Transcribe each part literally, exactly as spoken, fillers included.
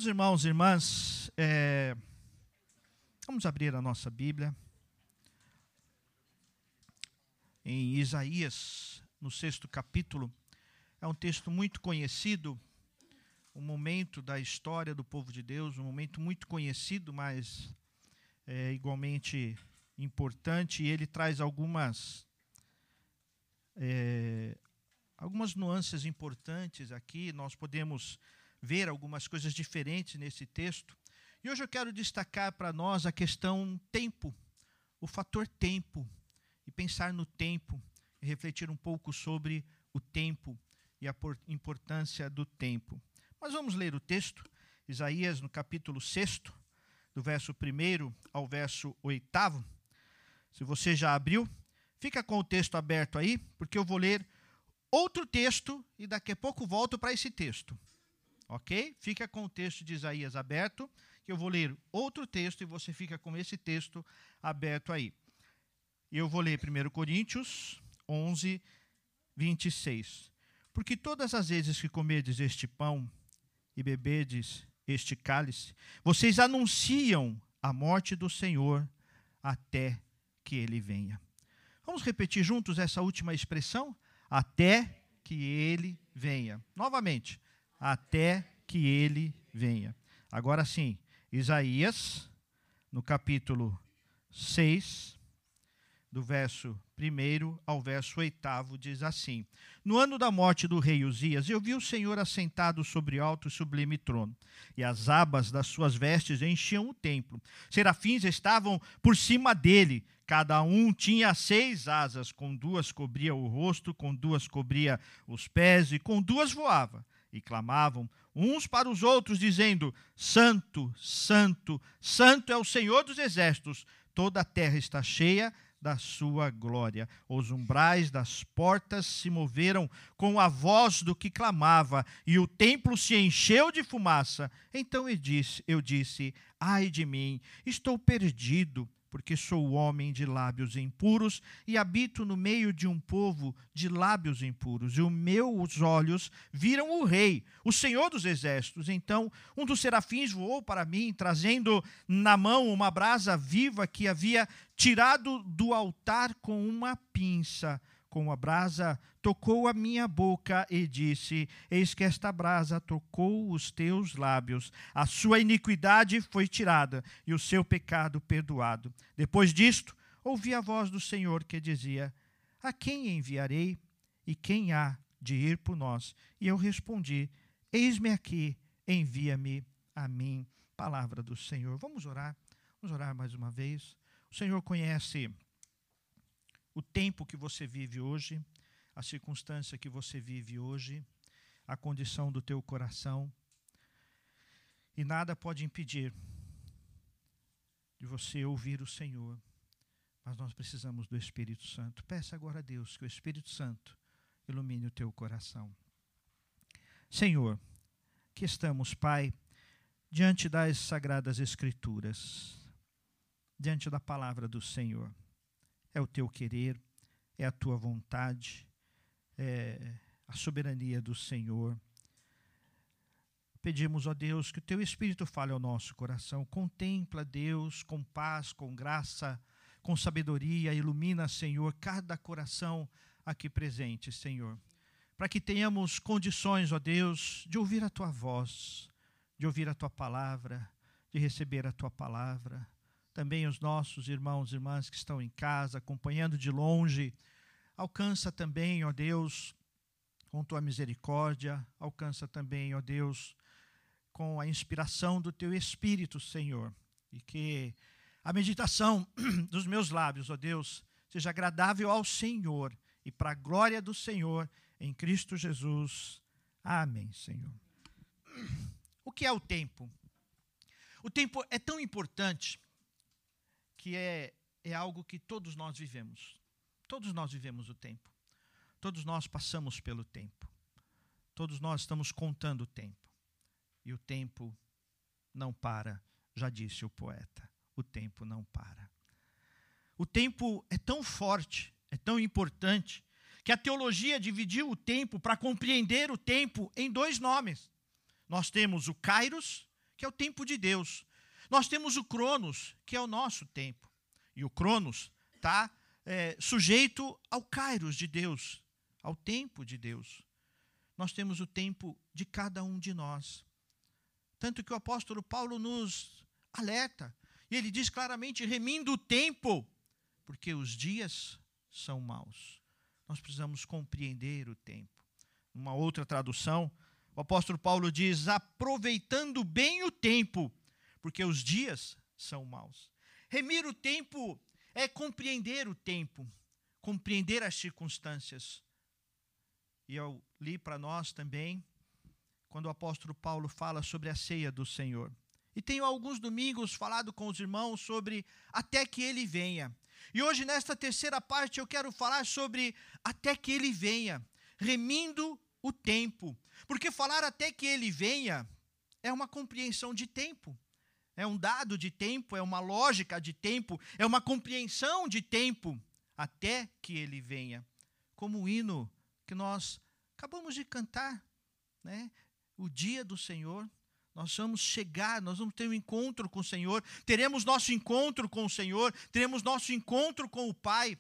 Meus irmãos e irmãs, é, vamos abrir a nossa Bíblia em Isaías, no sexto capítulo. É um texto muito conhecido, um momento da história do povo de Deus, um momento muito conhecido, mas é igualmente importante, e ele traz algumas, é, algumas nuances importantes aqui. Nós podemos ver algumas coisas diferentes nesse texto. E hoje eu quero destacar para nós a questão tempo, o fator tempo, e pensar no tempo, e refletir um pouco sobre o tempo e a importância do tempo. Mas vamos ler o texto, Isaías no capítulo sexto, do verso primeiro ao verso oitavo. Se você já abriu, fica com o texto aberto aí, porque eu vou ler outro texto e daqui a pouco volto para esse texto. Ok? Fica com o texto de Isaías aberto, que eu vou ler outro texto e você fica com esse texto aberto aí. E eu vou ler primeiro Coríntios onze, vinte e seis. Porque todas as vezes que comerdes este pão e beberdes este cálice, vocês anunciam a morte do Senhor até que ele venha. Vamos repetir juntos essa última expressão? Até que ele venha. Novamente. Até que ele venha. Agora sim, Isaías, no capítulo seis, do verso primeiro ao verso oitavo, diz assim: No ano da morte do rei Uzias, eu vi o Senhor assentado sobre alto e sublime trono, e as abas das suas vestes enchiam o templo. Serafins estavam por cima dele, cada um tinha seis asas, com duas cobria o rosto, com duas cobria os pés, e com duas voava. E clamavam uns para os outros, dizendo: Santo, Santo, Santo é o Senhor dos exércitos, toda a terra está cheia da sua glória. Os umbrais das portas se moveram com a voz do que clamava, e o templo se encheu de fumaça. Então eu disse, eu disse: ai de mim, estou perdido, porque sou homem de lábios impuros e habito no meio de um povo de lábios impuros. E os meus olhos viram o Rei, o Senhor dos Exércitos. Então um dos serafins voou para mim, trazendo na mão uma brasa viva que havia tirado do altar com uma pinça. Com a brasa tocou a minha boca e disse: Eis que esta brasa tocou os teus lábios. A sua iniquidade foi tirada e o seu pecado perdoado. Depois disto, ouvi a voz do Senhor que dizia: A quem enviarei e quem há de ir por nós? E eu respondi: Eis-me aqui, envia-me a mim. Palavra do Senhor. Vamos orar, vamos orar mais uma vez. O Senhor conhece o tempo que você vive hoje, a circunstância que você vive hoje, a condição do teu coração. E nada pode impedir de você ouvir o Senhor. Mas nós precisamos do Espírito Santo. Peça agora a Deus que o Espírito Santo ilumine o teu coração. Senhor, que estamos, Pai, diante das Sagradas Escrituras, diante da palavra do Senhor. É o teu querer, é a tua vontade, é a soberania do Senhor. Pedimos, ó Deus, que o teu Espírito fale ao nosso coração. Contempla, Deus, com paz, com graça, com sabedoria. Ilumina, Senhor, cada coração aqui presente, Senhor. Para que tenhamos condições, ó Deus, de ouvir a tua voz, de ouvir a tua palavra, de receber a tua palavra. Também os nossos irmãos e irmãs que estão em casa, acompanhando de longe. Alcança também, ó Deus, com tua misericórdia. Alcança também, ó Deus, com a inspiração do teu Espírito, Senhor. E que a meditação dos meus lábios, ó Deus, seja agradável ao Senhor e para a glória do Senhor, em Cristo Jesus. Amém, Senhor. O que é o tempo? O tempo é tão importante que é, é algo que todos nós vivemos. Todos nós vivemos o tempo. Todos nós passamos pelo tempo. Todos nós estamos contando o tempo. E o tempo não para, já disse o poeta. O tempo não para. O tempo é tão forte, é tão importante, que a teologia dividiu o tempo para compreender o tempo em dois nomes. Nós temos o Kairos, que é o tempo de Deus. Nós temos o Cronos, que é o nosso tempo. E o Cronos está é, sujeito ao Kairos de Deus, ao tempo de Deus. Nós temos o tempo de cada um de nós. Tanto que o apóstolo Paulo nos alerta. E ele diz claramente, remindo o tempo, porque os dias são maus. Nós precisamos compreender o tempo. Uma outra tradução, o apóstolo Paulo diz, aproveitando bem o tempo, porque os dias são maus. Remir o tempo é compreender o tempo, compreender as circunstâncias. E eu li para nós também, quando o apóstolo Paulo fala sobre a ceia do Senhor. E tenho alguns domingos falado com os irmãos sobre até que ele venha. E hoje, nesta terceira parte, eu quero falar sobre até que ele venha, remindo o tempo. Porque falar até que ele venha é uma compreensão de tempo. É um dado de tempo, é uma lógica de tempo, é uma compreensão de tempo, até que ele venha. Como o hino que nós acabamos de cantar, né? O dia do Senhor, nós vamos chegar, nós vamos ter um encontro com o Senhor, teremos nosso encontro com o Senhor, teremos nosso encontro com o Pai.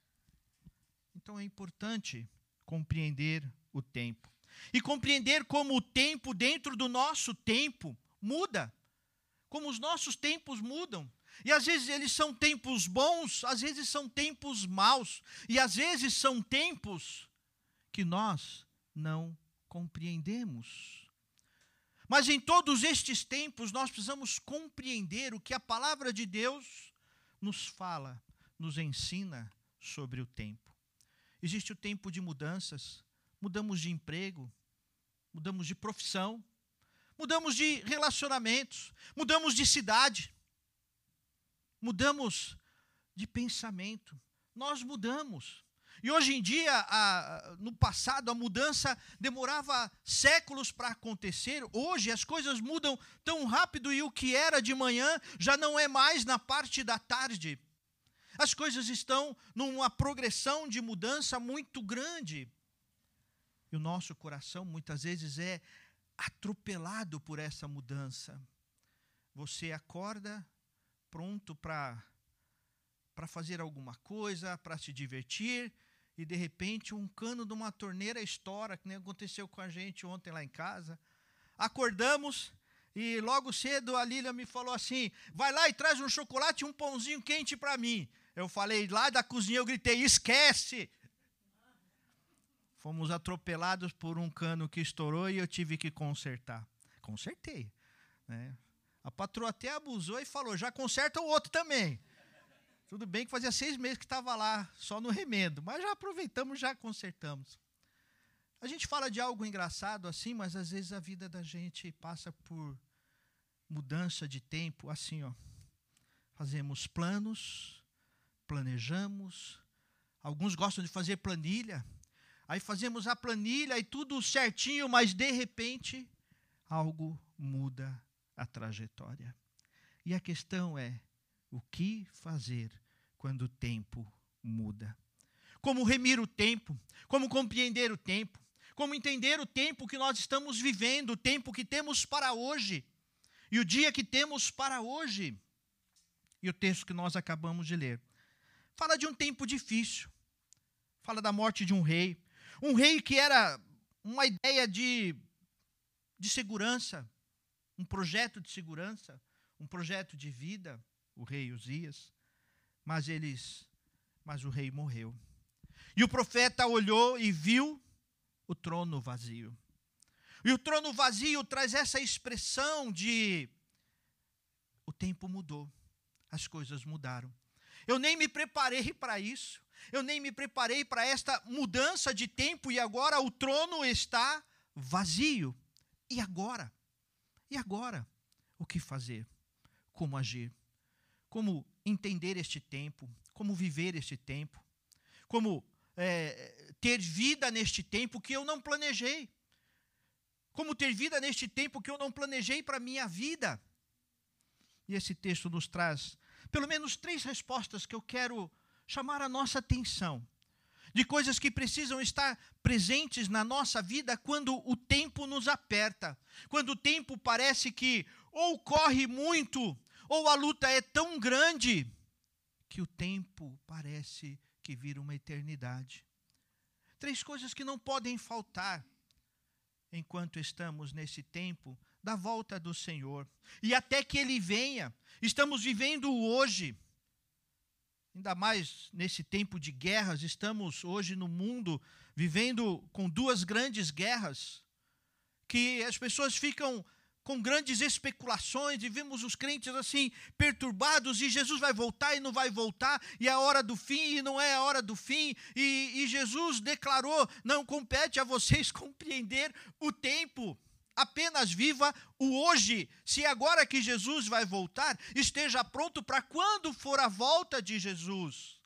Então é importante compreender o tempo. E compreender como o tempo dentro do nosso tempo muda. Como os nossos tempos mudam. E às vezes eles são tempos bons, às vezes são tempos maus. E às vezes são tempos que nós não compreendemos. Mas em todos estes tempos nós precisamos compreender o que a palavra de Deus nos fala, nos ensina sobre o tempo. Existe o tempo de mudanças, mudamos de emprego, mudamos de profissão, mudamos de relacionamentos, mudamos de cidade, mudamos de pensamento, nós mudamos. E hoje em dia, a, no passado, a mudança demorava séculos para acontecer. Hoje as coisas mudam tão rápido e o que era de manhã já não é mais na parte da tarde. As coisas estão numa progressão de mudança muito grande. E o nosso coração muitas vezes é atropelado por essa mudança. Você acorda pronto para para fazer alguma coisa, para se divertir, e de repente um cano de uma torneira estoura, que nem aconteceu com a gente ontem lá em casa. Acordamos e logo cedo a Lília me falou assim, vai lá e traz um chocolate e um pãozinho quente para mim. Eu falei, lá da cozinha eu gritei, esquece! Fomos atropelados por um cano que estourou e eu tive que consertar. Consertei. Né? A patroa até abusou e falou, já conserta o outro também. Tudo bem que fazia seis meses que estava lá, só no remendo, mas já aproveitamos, já consertamos. A gente fala de algo engraçado assim, mas às vezes a vida da gente passa por mudança de tempo, assim, ó. Fazemos planos, planejamos, alguns gostam de fazer planilha, aí fazemos a planilha e tudo certinho, mas de repente algo muda a trajetória. E a questão é, o que fazer quando o tempo muda? Como remir o tempo? Como compreender o tempo? Como entender o tempo que nós estamos vivendo, o tempo que temos para hoje, e o dia que temos para hoje? E o texto que nós acabamos de ler fala de um tempo difícil, fala da morte de um rei, um rei que era uma ideia de, de segurança, um projeto de segurança, um projeto de vida, o rei Uzias, mas eles, mas o rei morreu. E o profeta olhou e viu o trono vazio. E o trono vazio traz essa expressão de o tempo mudou, as coisas mudaram. Eu nem me preparei para isso, eu nem me preparei para esta mudança de tempo e agora o trono está vazio. E agora? E agora? O que fazer? Como agir? Como entender este tempo, como viver este tempo, como é, ter vida neste tempo que eu não planejei, como ter vida neste tempo que eu não planejei para a minha vida. E esse texto nos traz pelo menos três respostas que eu quero chamar a nossa atenção. de coisas que precisam estar presentes na nossa vida quando o tempo nos aperta, quando o tempo parece que ou corre muito, ou a luta é tão grande, que o tempo parece que vira uma eternidade. Três coisas que não podem faltar enquanto estamos nesse tempo da volta do Senhor. E até que Ele venha, estamos vivendo hoje, ainda mais nesse tempo de guerras, estamos hoje no mundo vivendo com duas grandes guerras, que as pessoas ficam com grandes especulações, e vemos os crentes assim perturbados, e Jesus vai voltar e não vai voltar, e é a hora do fim e não é a hora do fim, e, e Jesus declarou: não compete a vocês compreender o tempo, apenas viva o hoje. Se agora que Jesus vai voltar, esteja pronto para quando for a volta de Jesus.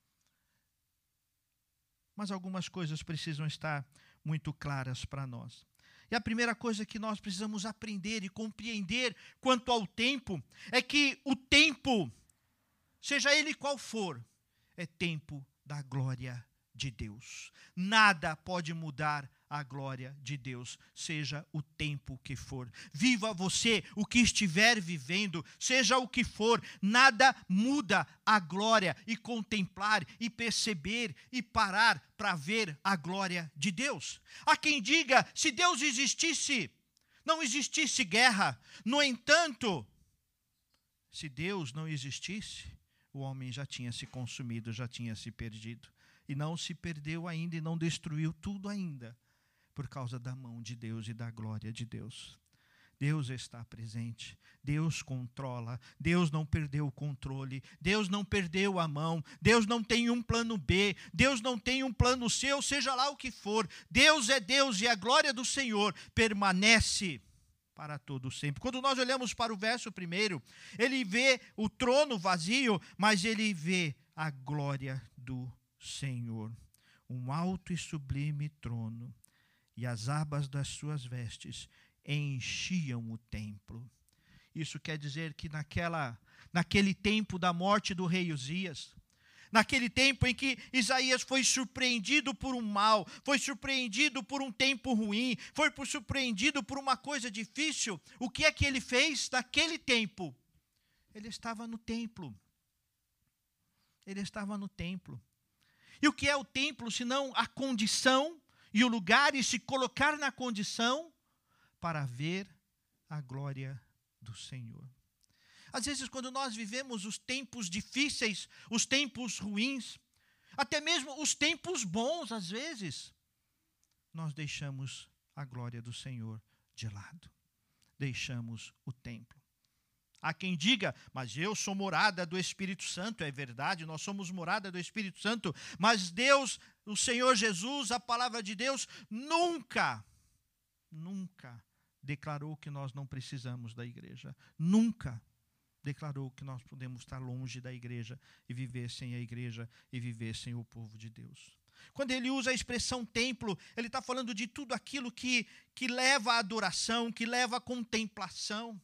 Mas algumas coisas precisam estar muito claras para nós. E a primeira coisa que nós precisamos aprender e compreender quanto ao tempo é que o tempo, seja ele qual for, é tempo da glória de Deus. Nada pode mudar a glória de Deus, seja o tempo que for. Viva você o que estiver vivendo, seja o que for, nada muda a glória, e contemplar, e perceber, e parar para ver a glória de Deus. Há quem diga: se Deus existisse, não existisse guerra. No entanto, se Deus não existisse, o homem já tinha se consumido, já tinha se perdido. E não se perdeu ainda, e não destruiu tudo ainda, por causa da mão de Deus e da glória de Deus. Deus está presente, Deus controla, Deus não perdeu o controle, Deus não perdeu a mão, Deus não tem um plano B, Deus não tem um plano C, ou seja lá o que for. Deus é Deus, e a glória do Senhor permanece para todo sempre. Quando nós olhamos para o verso primeiro, ele vê o trono vazio, mas ele vê a glória do Senhor, um alto e sublime trono, e as abas das suas vestes enchiam o templo. Isso quer dizer que naquela, naquele tempo da morte do rei Uzias, naquele tempo em que Isaías foi surpreendido por um mal, foi surpreendido por um tempo ruim, foi surpreendido por uma coisa difícil, o que é que ele fez naquele tempo? Ele estava no templo. Ele estava no templo. E o que é o templo, senão a condição e o lugar, e se colocar na condição para ver a glória do Senhor. Às vezes, quando nós vivemos os tempos difíceis, os tempos ruins, até mesmo os tempos bons, às vezes, nós deixamos a glória do Senhor de lado. Deixamos o templo. Há quem diga: mas eu sou morada do Espírito Santo. É verdade, nós somos morada do Espírito Santo, mas Deus, o Senhor Jesus, a palavra de Deus, nunca, nunca declarou que nós não precisamos da igreja. Nunca declarou que nós podemos estar longe da igreja e viver sem a igreja e viver sem o povo de Deus. Quando ele usa a expressão templo, ele está falando de tudo aquilo que, que leva à adoração, que leva à contemplação.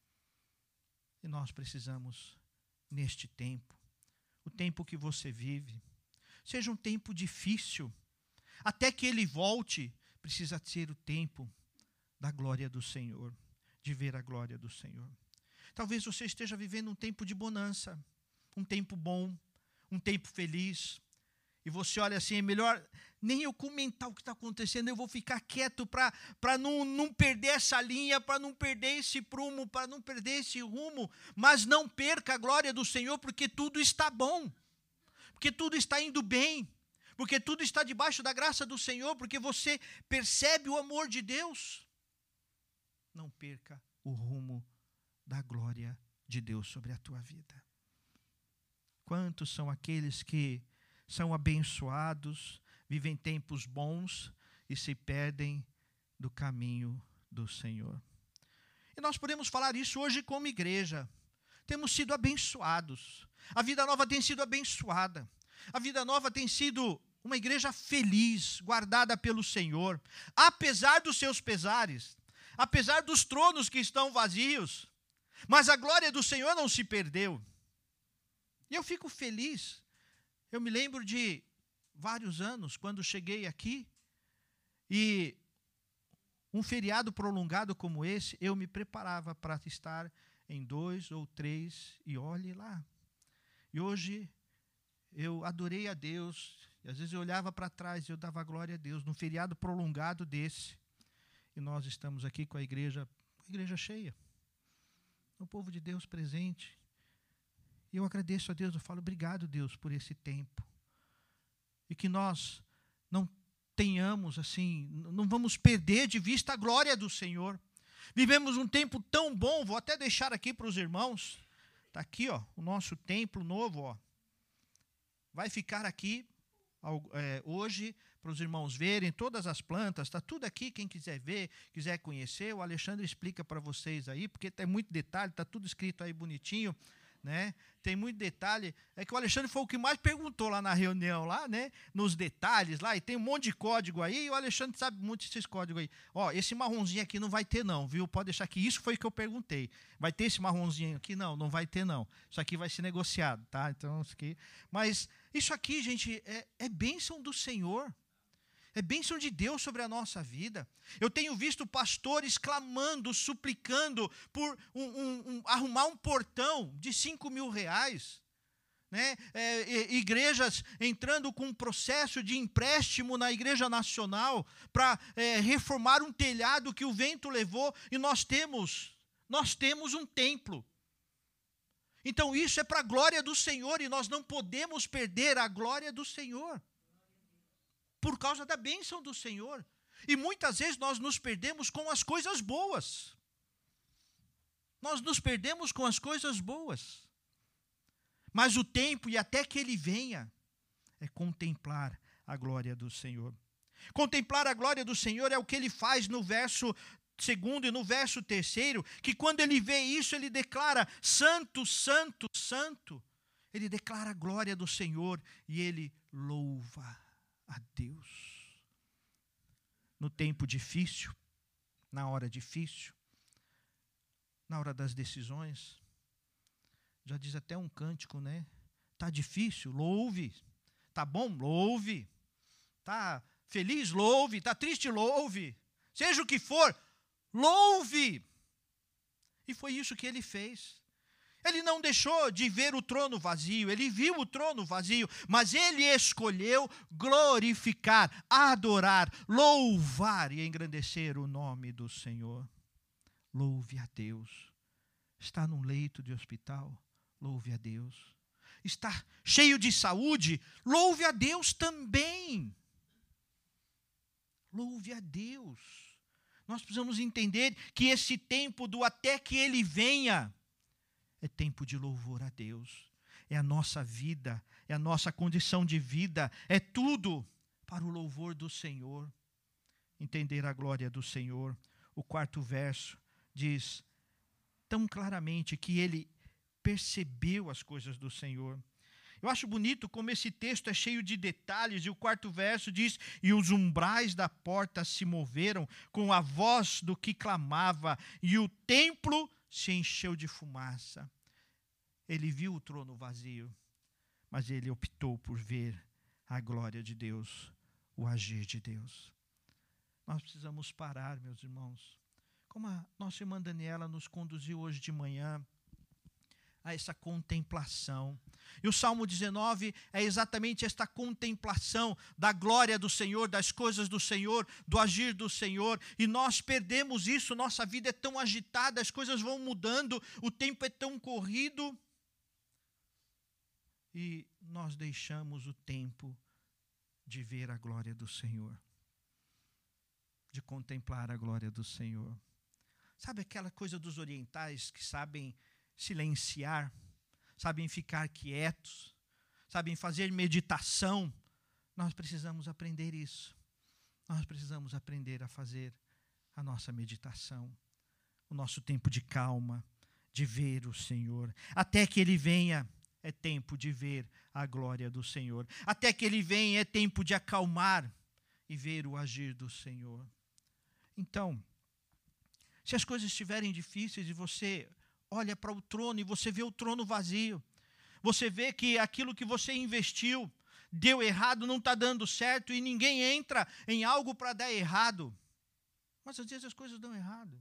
E nós precisamos, neste tempo, o tempo que você vive, seja um tempo difícil, até que ele volte, precisa ser o tempo da glória do Senhor, de ver a glória do Senhor. Talvez você esteja vivendo um tempo de bonança, um tempo bom, um tempo feliz, e você olha assim: é melhor nem eu comentar o que está acontecendo, eu vou ficar quieto para não, não perder essa linha, para não perder esse prumo, para não perder esse rumo. Mas não perca a glória do Senhor, porque tudo está bom, porque tudo está indo bem, porque tudo está debaixo da graça do Senhor, porque você percebe o amor de Deus. Não perca o rumo da glória de Deus sobre a tua vida. Quantos são aqueles que são abençoados, vivem tempos bons e se perdem do caminho do Senhor? E nós podemos falar isso hoje como igreja. Temos sido abençoados. A Vida Nova tem sido abençoada. A Vida Nova tem sido uma igreja feliz, guardada pelo Senhor, apesar dos seus pesares, apesar dos tronos que estão vazios. Mas a glória do Senhor não se perdeu. E eu fico feliz. Eu me lembro de vários anos, quando cheguei aqui, e um feriado prolongado como esse, eu me preparava para estar em dois ou três, e olhe lá. E hoje eu adorei a Deus, e às vezes eu olhava para trás e eu dava glória a Deus, num feriado prolongado desse. E nós estamos aqui com a igreja, a igreja cheia, o povo de Deus presente. E eu agradeço a Deus, eu falo, obrigado, Deus, por esse tempo. E que nós não tenhamos, assim, não vamos perder de vista a glória do Senhor. Vivemos um tempo tão bom, vou até deixar aqui para os irmãos. Está aqui, ó, o nosso templo novo, ó. Vai ficar aqui é, hoje para os irmãos verem todas as plantas, está tudo aqui, quem quiser ver, quiser conhecer, o Alexandre explica para vocês aí, porque tem muito detalhe, está tudo escrito aí bonitinho, né? Tem muito detalhe, é que o Alexandre foi o que mais perguntou lá na reunião, lá, né? Nos detalhes lá, e tem um monte de código aí, e o Alexandre sabe muito desses códigos aí. Ó, esse marronzinho aqui não vai ter não, viu? Pode deixar que isso foi o que eu perguntei. Vai ter esse marronzinho aqui? Não, não vai ter não. Isso aqui vai ser negociado, tá? Então, isso aqui... Mas isso aqui, gente, é, é bênção do Senhor. É bênção de Deus sobre a nossa vida. Eu tenho visto pastores clamando, suplicando por um, um, um, arrumar um portão de cinco mil reais. Né? É, igrejas entrando com um processo de empréstimo na Igreja Nacional para é, reformar um telhado que o vento levou. E nós temos, nós temos um templo. Então isso é para a glória do Senhor e nós não podemos perder a glória do Senhor. Por causa da bênção do Senhor. E muitas vezes nós nos perdemos com as coisas boas. Nós nos perdemos com as coisas boas. Mas o tempo, e até que Ele venha, é contemplar a glória do Senhor. Contemplar a glória do Senhor é o que Ele faz no verso segundo e no verso terceiro, que quando Ele vê isso, Ele declara, santo, santo, santo. Ele declara a glória do Senhor e Ele louva a Deus. No tempo difícil, na hora difícil, na hora das decisões, já diz até um cântico, né? Tá difícil, louve. Tá bom, louve. Tá feliz, louve. Tá triste, louve. Seja o que for, louve. E foi isso que ele fez. Ele não deixou de ver o trono vazio, ele viu o trono vazio, mas ele escolheu glorificar, adorar, louvar e engrandecer o nome do Senhor. Louve a Deus. Está num leito de hospital, louve a Deus. Está cheio de saúde, louve a Deus também. Louve a Deus. Nós precisamos entender que esse tempo do até que Ele venha, é tempo de louvor a Deus. É a nossa vida, é a nossa condição de vida, é tudo para o louvor do Senhor. Entender a glória do Senhor. O quarto verso diz tão claramente que ele percebeu as coisas do Senhor. Eu acho bonito como esse texto é cheio de detalhes, e o quarto verso diz, e os umbrais da porta se moveram com a voz do que clamava, e o templo se encheu de fumaça. Ele viu o trono vazio, mas ele optou por ver a glória de Deus, o agir de Deus. Nós precisamos parar, meus irmãos. Como a nossa irmã Daniela nos conduziu hoje de manhã a essa contemplação. E o Salmo dezenove é exatamente esta contemplação da glória do Senhor, das coisas do Senhor, do agir do Senhor. E nós perdemos isso, nossa vida é tão agitada, as coisas vão mudando, o tempo é tão corrido. E nós deixamos o tempo de ver a glória do Senhor, de contemplar a glória do Senhor. Sabe aquela coisa dos orientais que sabem silenciar, sabem ficar quietos, sabem fazer meditação? Nós precisamos aprender isso. Nós precisamos aprender a fazer a nossa meditação, o nosso tempo de calma, de ver o Senhor. Até que Ele venha, é tempo de ver a glória do Senhor. Até que Ele venha, é tempo de acalmar e ver o agir do Senhor. Então, se as coisas estiverem difíceis e você olha para o trono e você vê o trono vazio, você vê que aquilo que você investiu deu errado, não está dando certo, e ninguém entra em algo para dar errado. Mas às vezes as coisas dão errado.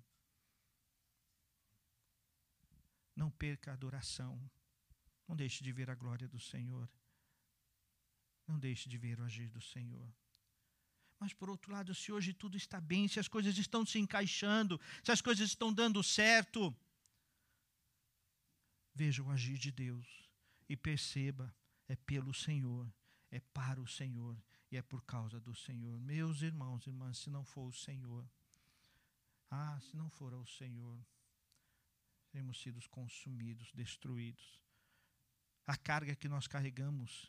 Não perca a adoração. Não deixe de ver a glória do Senhor. Não deixe de ver o agir do Senhor. Mas, por outro lado, se hoje tudo está bem, se as coisas estão se encaixando, se as coisas estão dando certo, veja o agir de Deus e perceba, é pelo Senhor, é para o Senhor e é por causa do Senhor. Meus irmãos e irmãs, se não for o Senhor, ah, se não for o Senhor, teremos sido consumidos, destruídos. A carga que nós carregamos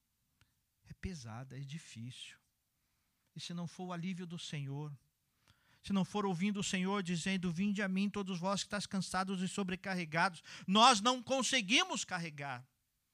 é pesada, é difícil. E se não for o alívio do Senhor, se não for ouvindo o Senhor dizendo, vinde a mim todos vós que estáis cansados e sobrecarregados, nós não conseguimos carregar.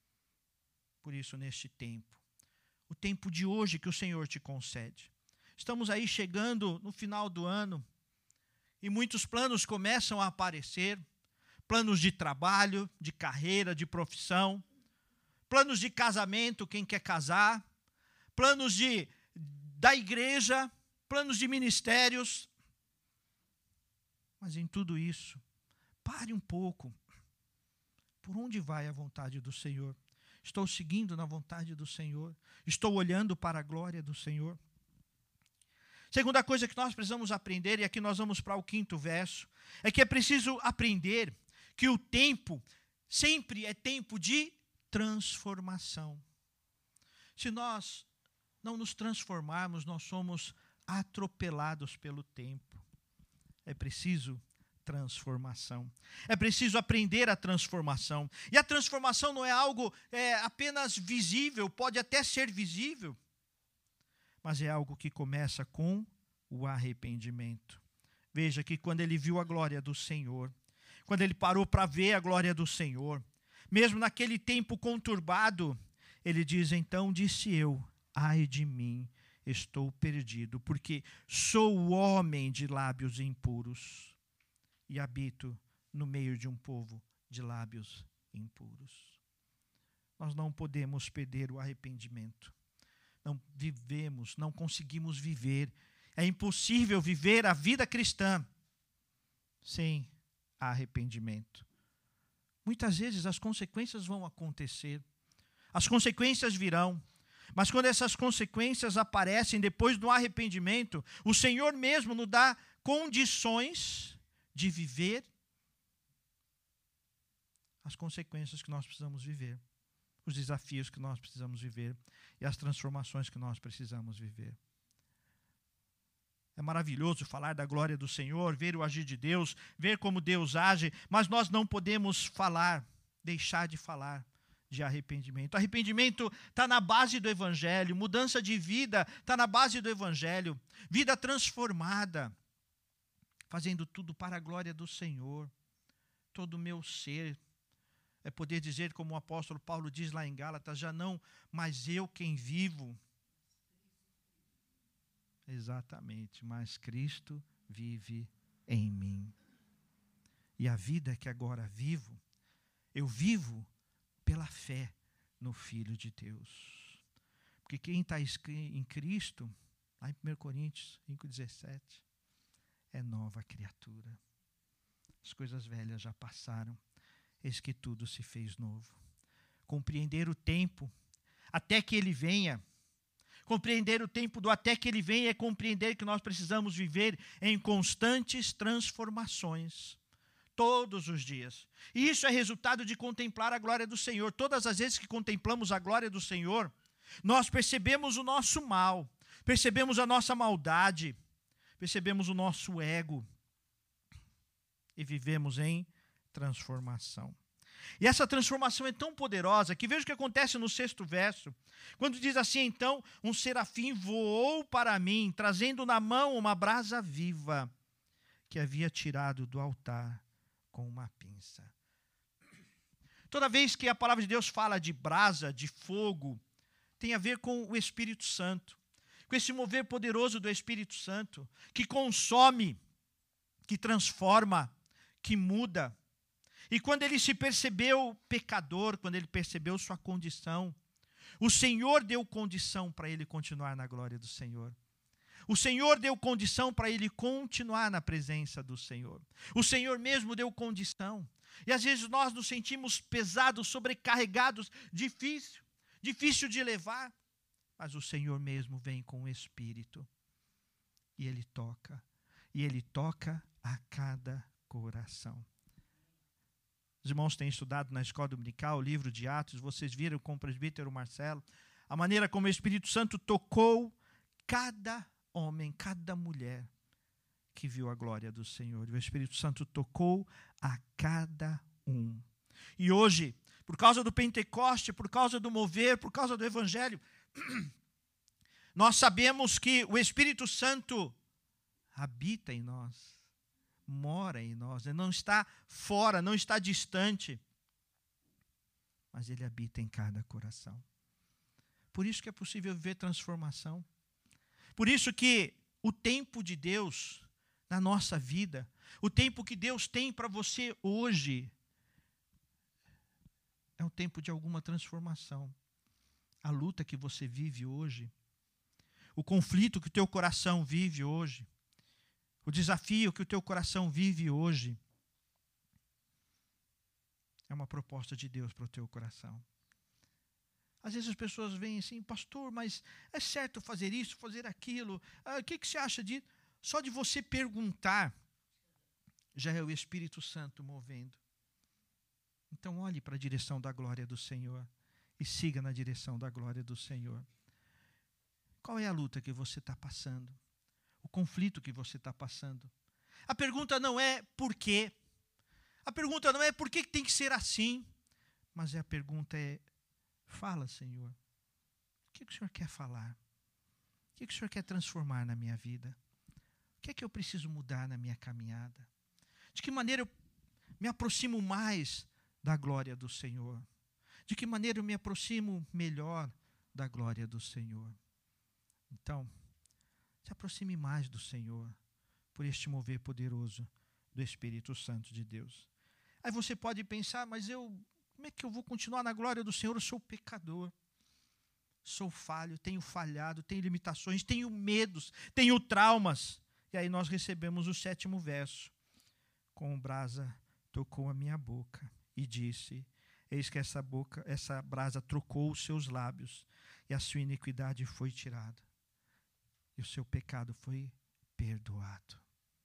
Por isso, neste tempo, o tempo de hoje que o Senhor te concede. Estamos aí chegando no final do ano e muitos planos começam a aparecer, planos de trabalho, de carreira, de profissão, planos de casamento, quem quer casar, planos de, da igreja, planos de ministérios. Mas em tudo isso, pare um pouco. Por onde vai a vontade do Senhor? Estou seguindo na vontade do Senhor? Estou olhando para a glória do Senhor? Segunda coisa que nós precisamos aprender, e aqui nós vamos para o quinto verso, é que é preciso aprender que o tempo sempre é tempo de transformação. Se nós não nos transformarmos, nós somos atropelados pelo tempo. É preciso transformação. É preciso aprender a transformação. E a transformação não é algo é, apenas visível, pode até ser visível, mas é algo que começa com o arrependimento. Veja que quando ele viu a glória do Senhor, quando ele parou para ver a glória do Senhor, mesmo naquele tempo conturbado, ele diz, então disse eu, ai de mim, estou perdido, porque sou homem de lábios impuros e habito no meio de um povo de lábios impuros. Nós não podemos perder o arrependimento. Não vivemos, não conseguimos viver. É impossível viver a vida cristã sem arrependimento. Muitas vezes as consequências vão acontecer. As consequências virão. Mas quando essas consequências aparecem depois do arrependimento, o Senhor mesmo nos dá condições de viver as consequências que nós precisamos viver, os desafios que nós precisamos viver e as transformações que nós precisamos viver. É maravilhoso falar da glória do Senhor, ver o agir de Deus, ver como Deus age, mas nós não podemos falar, deixar de falar de arrependimento. Arrependimento está na base do Evangelho, mudança de vida está na base do Evangelho, vida transformada, fazendo tudo para a glória do Senhor. Todo o meu ser é poder dizer, como o apóstolo Paulo diz lá em Gálatas, já não mais eu quem vivo. Exatamente, mas Cristo vive em mim. E a vida que agora vivo, eu vivo pela fé no Filho de Deus. Porque quem está em Cristo, lá em primeira Coríntios cinco, dezessete, é nova criatura. As coisas velhas já passaram, eis que tudo se fez novo. Compreender o tempo, até que Ele venha. Compreender o tempo do até que Ele venha é compreender que nós precisamos viver em constantes transformações. Todos os dias. E isso é resultado de contemplar a glória do Senhor. Todas as vezes que contemplamos a glória do Senhor, nós percebemos o nosso mal, percebemos a nossa maldade, percebemos o nosso ego e vivemos em transformação. E essa transformação é tão poderosa que veja o que acontece no sexto verso. Quando diz assim, então, um serafim voou para mim, trazendo na mão uma brasa viva que havia tirado do altar com uma pinça. Toda vez que a palavra de Deus fala de brasa, de fogo, tem a ver com o Espírito Santo, com esse mover poderoso do Espírito Santo, que consome, que transforma, que muda. E quando ele se percebeu pecador, quando ele percebeu sua condição, O Senhor deu condição para ele continuar na glória do Senhor. O Senhor deu condição para ele continuar na presença do Senhor. O Senhor mesmo deu condição. E às vezes nós nos sentimos pesados, sobrecarregados, difícil, difícil de levar. Mas o Senhor mesmo vem com o Espírito. E Ele toca. E Ele toca a cada coração. Os irmãos têm estudado na escola dominical o livro de Atos. Vocês viram com o presbítero Marcelo a maneira como o Espírito Santo tocou cada homem, cada mulher que viu a glória do Senhor. O Espírito Santo tocou a cada um. E hoje, por causa do Pentecoste, por causa do mover, por causa do Evangelho, nós sabemos que o Espírito Santo habita em nós, mora em nós, ele não está fora, não está distante, mas ele habita em cada coração. Por isso que é possível viver transformação. Por isso que o tempo de Deus na nossa vida, o tempo que Deus tem para você hoje, é um tempo de alguma transformação. A luta que você vive hoje, o conflito que o teu coração vive hoje, o desafio que o teu coração vive hoje, é uma proposta de Deus para o teu coração. Às vezes as pessoas veem assim, pastor, mas é certo fazer isso, fazer aquilo? Ah, o que, que você acha disso? Só de você perguntar, já é o Espírito Santo movendo. Então olhe para a direção da glória do Senhor e siga na direção da glória do Senhor. Qual é a luta que você está passando? O conflito que você está passando? A pergunta não é por quê. A pergunta não é por que tem que ser assim. Mas a pergunta é, fala, Senhor. O que, que o Senhor quer falar? O que, que o Senhor quer transformar na minha vida? O que é que eu preciso mudar na minha caminhada? De que maneira eu me aproximo mais da glória do Senhor? De que maneira eu me aproximo melhor da glória do Senhor? Então, se aproxime mais do Senhor por este mover poderoso do Espírito Santo de Deus. Aí você pode pensar, mas eu, como é que eu vou continuar na glória do Senhor? Eu sou pecador, sou falho, tenho falhado, tenho limitações, tenho medos, tenho traumas. E aí nós recebemos o sétimo verso. Com o brasa tocou a minha boca e disse, eis que essa boca, essa brasa trocou os seus lábios e a sua iniquidade foi tirada. E o seu pecado foi perdoado.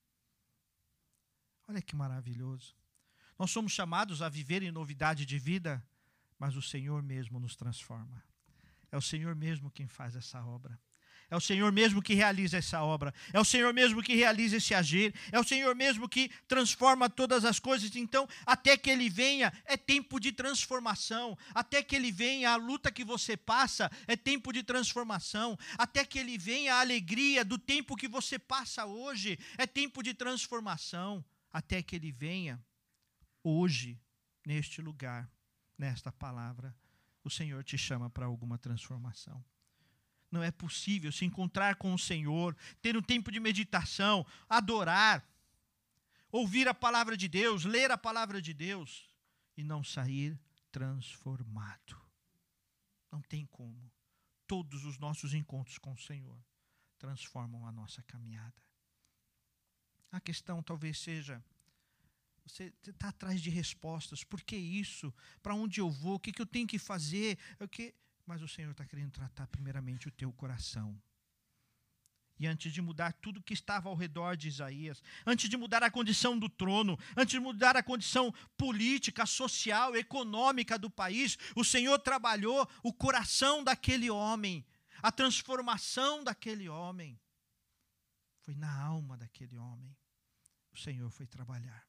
Olha que maravilhoso. Nós somos chamados a viver em novidade de vida, mas o Senhor mesmo nos transforma. É o Senhor mesmo quem faz essa obra. É o Senhor mesmo que realiza essa obra. É o Senhor mesmo que realiza esse agir. É o Senhor mesmo que transforma todas as coisas. Então, até que Ele venha, é tempo de transformação. Até que Ele venha, a luta que você passa é tempo de transformação. Até que Ele venha, a alegria do tempo que você passa hoje é tempo de transformação. Até que Ele venha, hoje, neste lugar, nesta palavra, o Senhor te chama para alguma transformação. Não é possível se encontrar com o Senhor, ter um tempo de meditação, adorar, ouvir a palavra de Deus, ler a palavra de Deus e não sair transformado. Não tem como. Todos os nossos encontros com o Senhor transformam a nossa caminhada. A questão talvez seja, você está atrás de respostas. Por que isso? Para onde eu vou? O que, que eu tenho que fazer? O que... Mas o Senhor está querendo tratar primeiramente o teu coração. E antes de mudar tudo que estava ao redor de Isaías, antes de mudar a condição do trono, antes de mudar a condição política, social, econômica do país, o Senhor trabalhou o coração daquele homem, a transformação daquele homem. Foi na alma daquele homem. O Senhor foi trabalhar.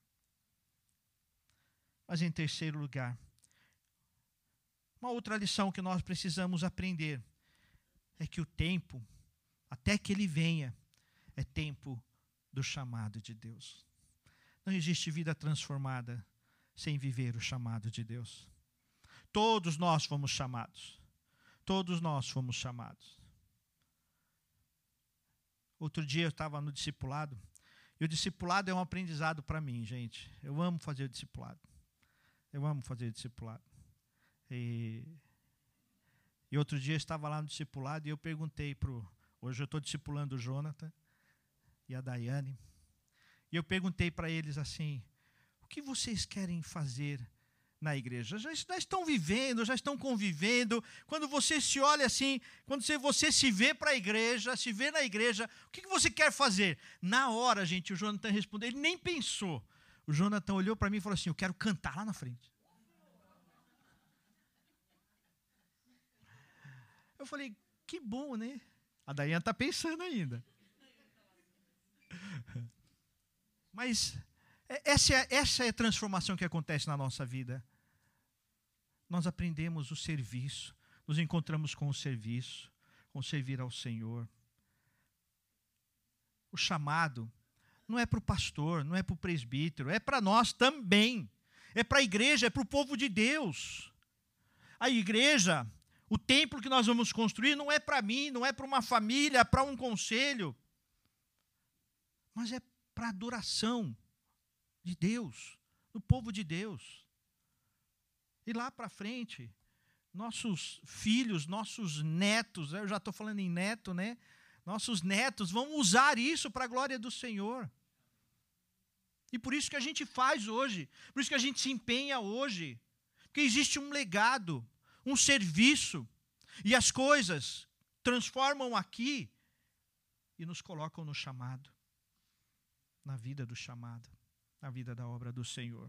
Mas em terceiro lugar, uma outra lição que nós precisamos aprender é que o tempo, até que Ele venha, é tempo do chamado de Deus. Não existe vida transformada sem viver o chamado de Deus. Todos nós fomos chamados. Todos nós fomos chamados. Outro dia eu estava no discipulado, e o discipulado é um aprendizado para mim, gente. Eu amo fazer o discipulado. Eu amo fazer o discipulado. E, E outro dia eu estava lá no discipulado e eu perguntei para o... Hoje eu estou discipulando o Jonathan e a Daiane. E eu perguntei para eles assim, o que vocês querem fazer na igreja? Já, já estão vivendo, já estão convivendo. Quando você se olha assim, quando você, você se vê para a igreja, se vê na igreja, o que você quer fazer? Na hora, gente, o Jonathan respondeu, ele nem pensou. O Jonathan olhou para mim e falou assim, eu quero cantar lá na frente. Eu falei, que bom, né? A Daiane está pensando ainda. Mas essa é, essa é a transformação que acontece na nossa vida. Nós aprendemos o serviço, nos encontramos com o serviço, com servir ao Senhor. O chamado não é para o pastor, não é para o presbítero, é para nós também. É para a igreja, é para o povo de Deus. A igreja, o templo que nós vamos construir não é para mim, não é para uma família, é para um conselho, mas é para a adoração de Deus, do povo de Deus. E lá para frente, nossos filhos, nossos netos, eu já estou falando em neto, né? Nossos netos vão usar isso para a glória do Senhor. E por isso que a gente faz hoje, por isso que a gente se empenha hoje, porque existe um legado, um serviço, e as coisas transformam aqui e nos colocam no chamado, na vida do chamado, na vida da obra do Senhor.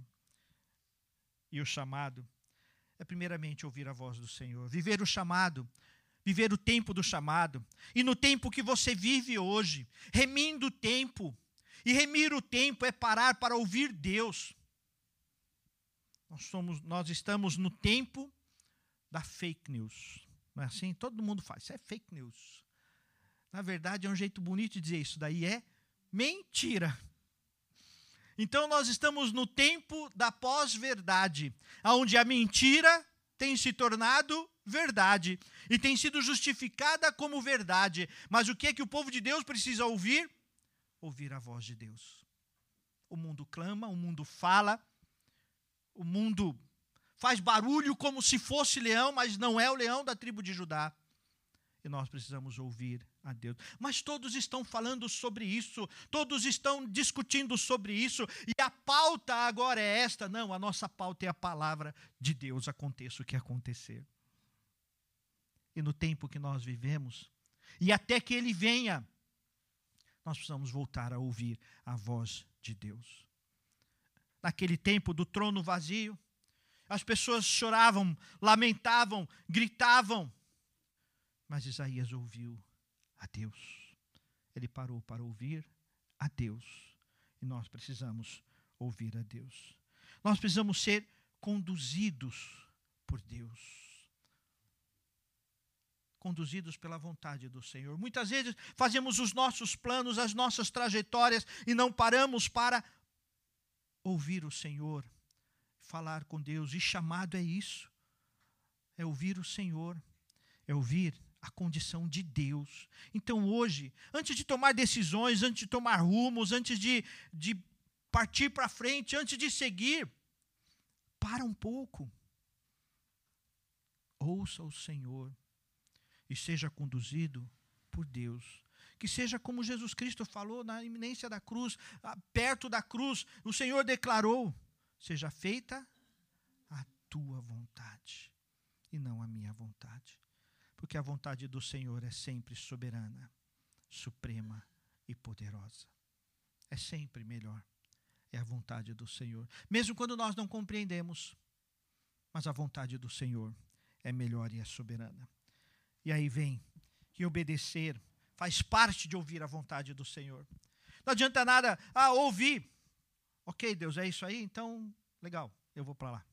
E o chamado é primeiramente ouvir a voz do Senhor, viver o chamado, viver o tempo do chamado, e no tempo que você vive hoje, remindo o tempo, e remir o tempo é parar para ouvir Deus. Nós, somos, nós estamos no tempo da fake news, não é assim? Todo mundo faz, isso é fake news. Na verdade, é um jeito bonito de dizer isso daí, é mentira. Então, nós estamos no tempo da pós-verdade, onde a mentira tem se tornado verdade e tem sido justificada como verdade. Mas o que é que o povo de Deus precisa ouvir? Ouvir a voz de Deus. O mundo clama, o mundo fala, o mundo faz barulho como se fosse leão, mas não é o leão da tribo de Judá. E nós precisamos ouvir a Deus. Mas todos estão falando sobre isso, todos estão discutindo sobre isso, e a pauta agora é esta. Não, a nossa pauta é a palavra de Deus, aconteça o que acontecer. E no tempo que nós vivemos, e até que Ele venha, nós precisamos voltar a ouvir a voz de Deus. Naquele tempo do trono vazio, as pessoas choravam, lamentavam, gritavam, mas Isaías ouviu a Deus. Ele parou para ouvir a Deus. E nós precisamos ouvir a Deus. Nós precisamos ser conduzidos por Deus. Conduzidos pela vontade do Senhor. Muitas vezes fazemos os nossos planos, as nossas trajetórias e não paramos para ouvir o Senhor, falar com Deus. E chamado é isso. É ouvir o Senhor. É ouvir a condição de Deus. Então hoje, antes de tomar decisões, antes de tomar rumos, antes de, de partir para frente, antes de seguir, para um pouco. Ouça o Senhor e seja conduzido por Deus. Que seja como Jesus Cristo falou na iminência da cruz, perto da cruz, o Senhor declarou, seja feita a tua vontade e não a minha vontade. Porque a vontade do Senhor é sempre soberana, suprema e poderosa. É sempre melhor. É a vontade do Senhor. Mesmo quando nós não compreendemos, mas a vontade do Senhor é melhor e é soberana. E aí vem que obedecer faz parte de ouvir a vontade do Senhor. Não adianta nada, ah, ouvir. Ok, Deus, é isso aí? Então, legal, eu vou para lá.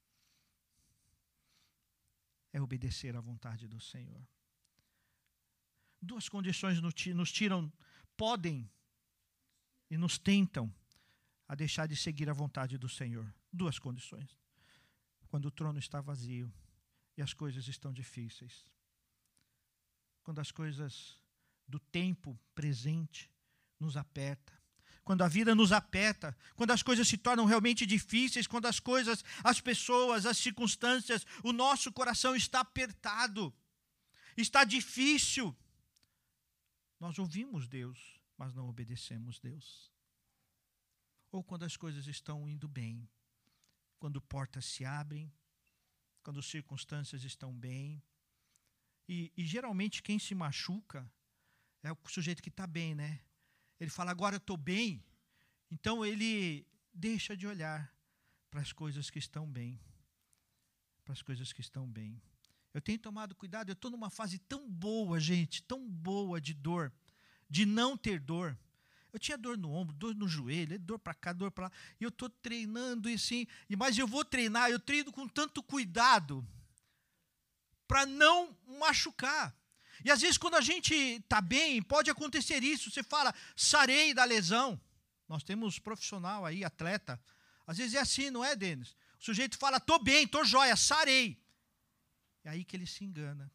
É obedecer à vontade do Senhor. Duas condições nos tiram, podem e nos tentam a deixar de seguir a vontade do Senhor. Duas condições. Quando o trono está vazio e as coisas estão difíceis. Quando as coisas do tempo presente nos apertam. Quando a vida nos aperta, quando as coisas se tornam realmente difíceis, quando as coisas, as pessoas, as circunstâncias, o nosso coração está apertado. está difícil. Nós ouvimos Deus, mas não obedecemos Deus. Ou quando as coisas estão indo bem, quando portas se abrem, quando as circunstâncias estão bem. E, e geralmente quem se machuca é o sujeito que está bem, né? Ele fala, agora eu estou bem. Então ele deixa de olhar para as coisas que estão bem. Para as coisas que estão bem. Eu tenho tomado cuidado, eu estou numa fase tão boa, gente, tão boa de dor, de não ter dor. Eu tinha dor no ombro, dor no joelho, dor para cá, dor para lá. E eu estou treinando e assim, mas eu vou treinar, eu treino com tanto cuidado para não machucar. E às vezes quando a gente está bem, pode acontecer isso. Você fala, sarei da lesão. Nós temos profissional aí, atleta. Às vezes é assim, não é, Denis? O sujeito fala, estou bem, estou jóia, sarei. É aí que ele se engana.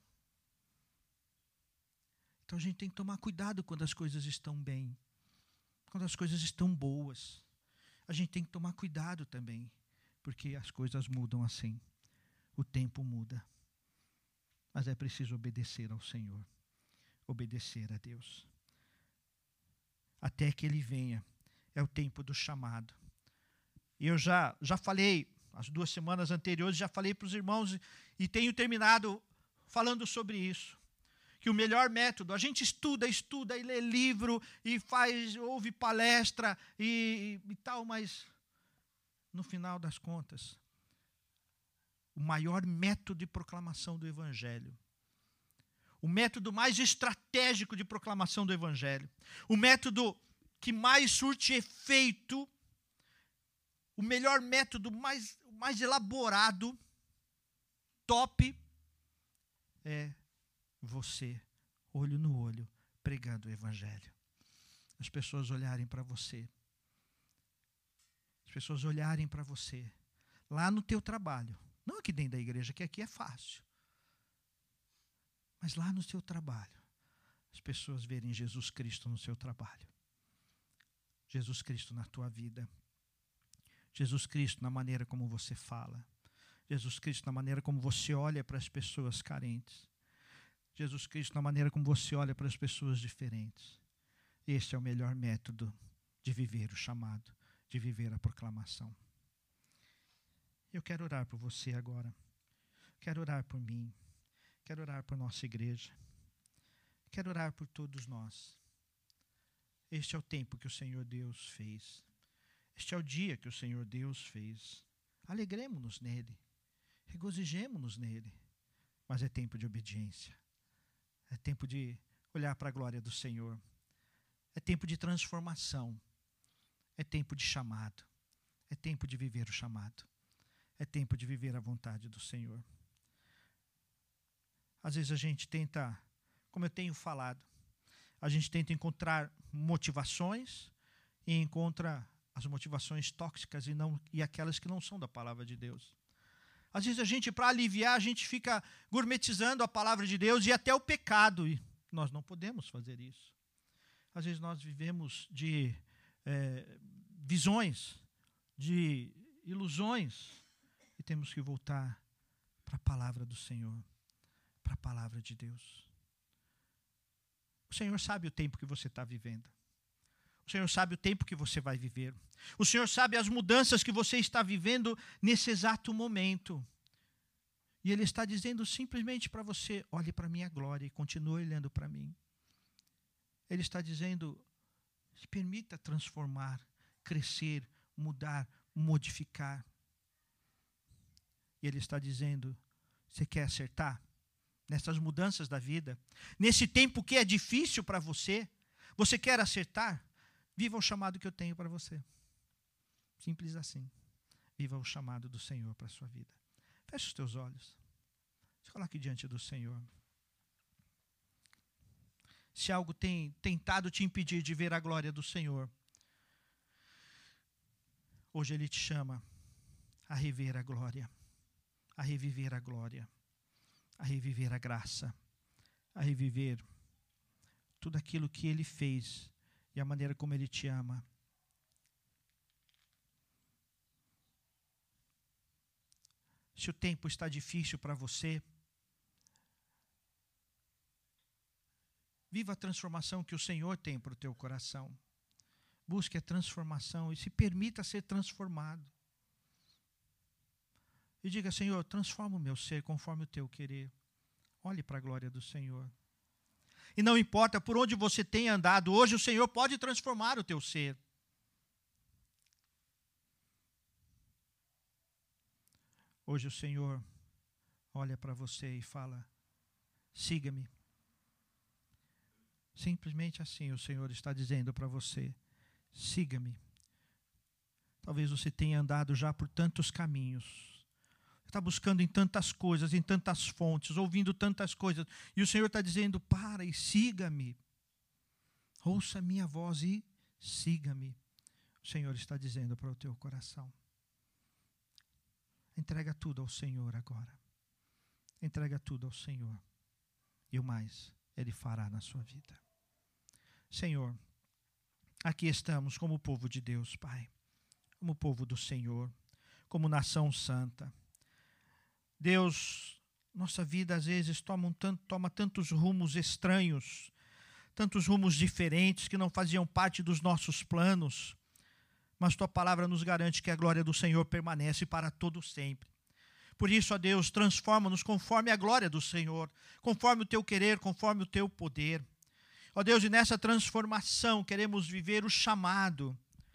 Então a gente tem que tomar cuidado quando as coisas estão bem. Quando as coisas estão boas. A gente tem que tomar cuidado também. Porque as coisas mudam assim. O tempo muda. Mas é preciso obedecer ao Senhor. Obedecer a Deus. Até que Ele venha. É o tempo do chamado. E eu já, já falei, as duas semanas anteriores, já falei para os irmãos e tenho terminado falando sobre isso. Que o melhor método, a gente estuda, estuda e lê livro e faz, ouve palestra e, e, e tal, mas no final das contas, o maior método de proclamação do Evangelho, o método mais estratégico de proclamação do Evangelho, o método que mais surte efeito, o melhor método, mais, mais elaborado, top, é você, olho no olho, pregando o Evangelho. As pessoas olharem para você. As pessoas olharem para você. Lá no teu trabalho. Não aqui dentro da igreja, que aqui é fácil. Mas lá no seu trabalho. As pessoas verem Jesus Cristo no seu trabalho. Jesus Cristo na tua vida. Jesus Cristo na maneira como você fala. Jesus Cristo na maneira como você olha para as pessoas carentes. Jesus Cristo na maneira como você olha para as pessoas diferentes. Esse é o melhor método de viver o chamado, de viver a proclamação. Eu quero orar por você agora. Quero orar por mim. Quero orar por nossa igreja. Quero orar por todos nós. Este é o tempo que o Senhor Deus fez. Este é o dia que o Senhor Deus fez. Alegremos-nos nele. Regozijemo-nos nele. Mas é tempo de obediência. É tempo de olhar para a glória do Senhor. É tempo de transformação. É tempo de chamado. É tempo de viver o chamado. É tempo de viver a vontade do Senhor. Às vezes a gente tenta, como eu tenho falado, a gente tenta encontrar motivações e encontra as motivações tóxicas e, não, e aquelas que não são da palavra de Deus. Às vezes a gente, para aliviar, a gente fica gourmetizando a palavra de Deus e até o pecado. E nós não podemos fazer isso. Às vezes nós vivemos de é, visões, de ilusões. E temos que voltar para a palavra do Senhor, para a palavra de Deus. O Senhor sabe o tempo que você está vivendo. O Senhor sabe o tempo que você vai viver. O Senhor sabe as mudanças que você está vivendo nesse exato momento. E Ele está dizendo simplesmente para você, olhe para a minha glória e continue olhando para mim. Ele está dizendo, se permita transformar, crescer, mudar, modificar. E Ele está dizendo, você quer acertar? Nessas mudanças da vida, nesse tempo que é difícil para você, você quer acertar? Viva o chamado que eu tenho para você. Simples assim. Viva o chamado do Senhor para a sua vida. Feche os teus olhos. Se coloque diante do Senhor. Se algo tem tentado te impedir de ver a glória do Senhor, hoje Ele te chama a rever a glória, a reviver a glória, a reviver a graça, a reviver tudo aquilo que Ele fez e a maneira como Ele te ama. Se o tempo está difícil para você, Viva a transformação que o Senhor tem para o teu coração. Busque a transformação e se permita ser transformado. E diga, Senhor, transforma o meu ser conforme o teu querer. Olhe para a glória do Senhor. E não importa por onde você tenha andado, hoje o Senhor pode transformar o teu ser. Hoje o Senhor olha para você e fala, siga-me. Simplesmente assim o Senhor está dizendo para você, siga-me. Talvez você tenha andado já por tantos caminhos. Está buscando em tantas coisas, em tantas fontes, ouvindo tantas coisas. E o Senhor está dizendo, para e siga-me. Ouça a minha voz e siga-me. O Senhor está dizendo para o teu coração. Entrega tudo ao Senhor agora. Entrega tudo ao Senhor. E o mais Ele fará na sua vida. Senhor, aqui estamos como povo de Deus, Pai. Como povo do Senhor. Como nação santa. Deus, nossa vida às vezes toma, um tanto, toma tantos rumos estranhos, tantos rumos diferentes que não faziam parte dos nossos planos, mas Tua palavra nos garante que a glória do Senhor permanece para todo sempre. Por isso, ó Deus, transforma-nos conforme a glória do Senhor, conforme o Teu querer, conforme o Teu poder. Ó Deus, e nessa transformação queremos viver o chamado,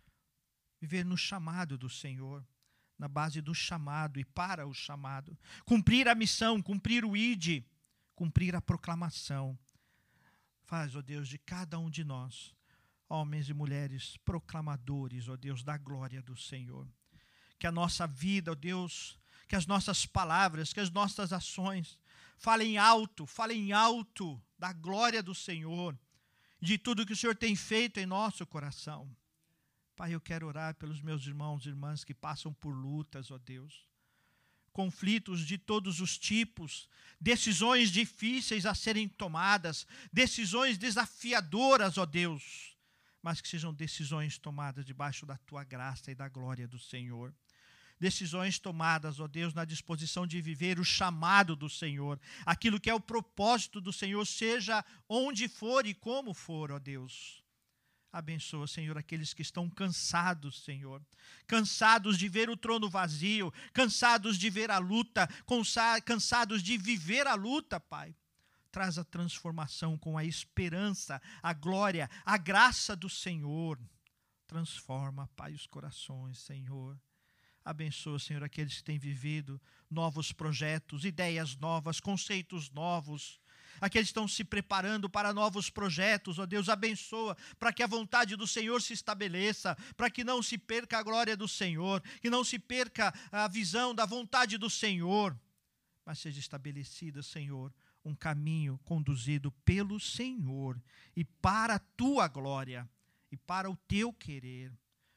viver no chamado do Senhor. Na base do chamado e para o chamado. Cumprir a missão, cumprir o ide, cumprir a proclamação. Faz, ó Deus, de cada um de nós, homens e mulheres proclamadores, ó Deus, da glória do Senhor. Que a nossa vida, ó Deus, que as nossas palavras, que as nossas ações falem alto, falem alto da glória do Senhor, de tudo que o Senhor tem feito em nosso coração. Pai, eu quero orar pelos meus irmãos e irmãs que passam por lutas, ó Deus. Conflitos de todos os tipos, decisões difíceis a serem tomadas, decisões desafiadoras, ó Deus, mas que sejam decisões tomadas debaixo da Tua graça e da glória do Senhor. Decisões tomadas, ó Deus, na disposição de viver o chamado do Senhor, aquilo que é o propósito do Senhor, seja onde for e como for, ó Deus. Abençoa, Senhor, aqueles que estão cansados, Senhor. Cansados de ver o trono vazio, cansados de ver a luta, cansados de viver a luta, Pai. Traz a transformação com a esperança, a glória, a graça do Senhor. Transforma, Pai, os corações, Senhor. Abençoa, Senhor, aqueles que têm vivido novos projetos, ideias novas, conceitos novos. Aqueles que estão se preparando para novos projetos, ó Deus, abençoa, para que a vontade do Senhor se estabeleça, para que não se perca a glória do Senhor, que não se perca a visão da vontade do Senhor, mas seja estabelecida, Senhor, um caminho conduzido pelo Senhor e para a Tua glória e para o Teu querer.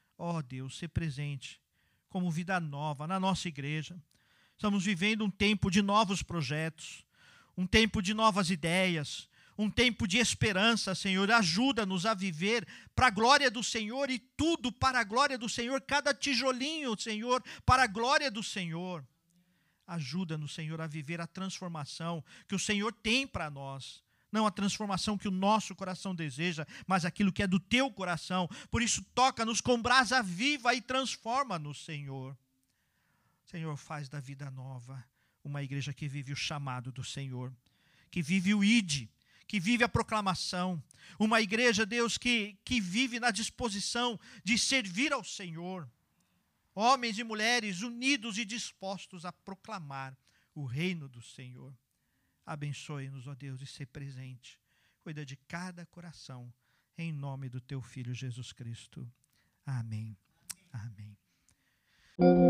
Ó Deus, ser presente como vida nova na nossa igreja. Estamos vivendo um tempo de novos projetos, um tempo de novas ideias, um tempo de esperança, Senhor. Ajuda-nos a viver para a glória do Senhor e tudo para a glória do Senhor, cada tijolinho, Senhor, para a glória do Senhor. Ajuda-nos, Senhor, a viver a transformação que o Senhor tem para nós. Não a transformação que o nosso coração deseja, mas aquilo que é do Teu coração. Por isso, toca-nos com brasa viva e transforma-nos, Senhor. Senhor, faz da vida nova uma igreja que vive o chamado do Senhor, que vive o ide, que vive a proclamação. Uma igreja, Deus, que, que vive na disposição de servir ao Senhor. Homens e mulheres unidos e dispostos a proclamar o reino do Senhor. Abençoe-nos, ó Deus, e ser presente. Cuida de cada coração, em nome do Teu Filho Jesus Cristo. Amém. Amém. Amém.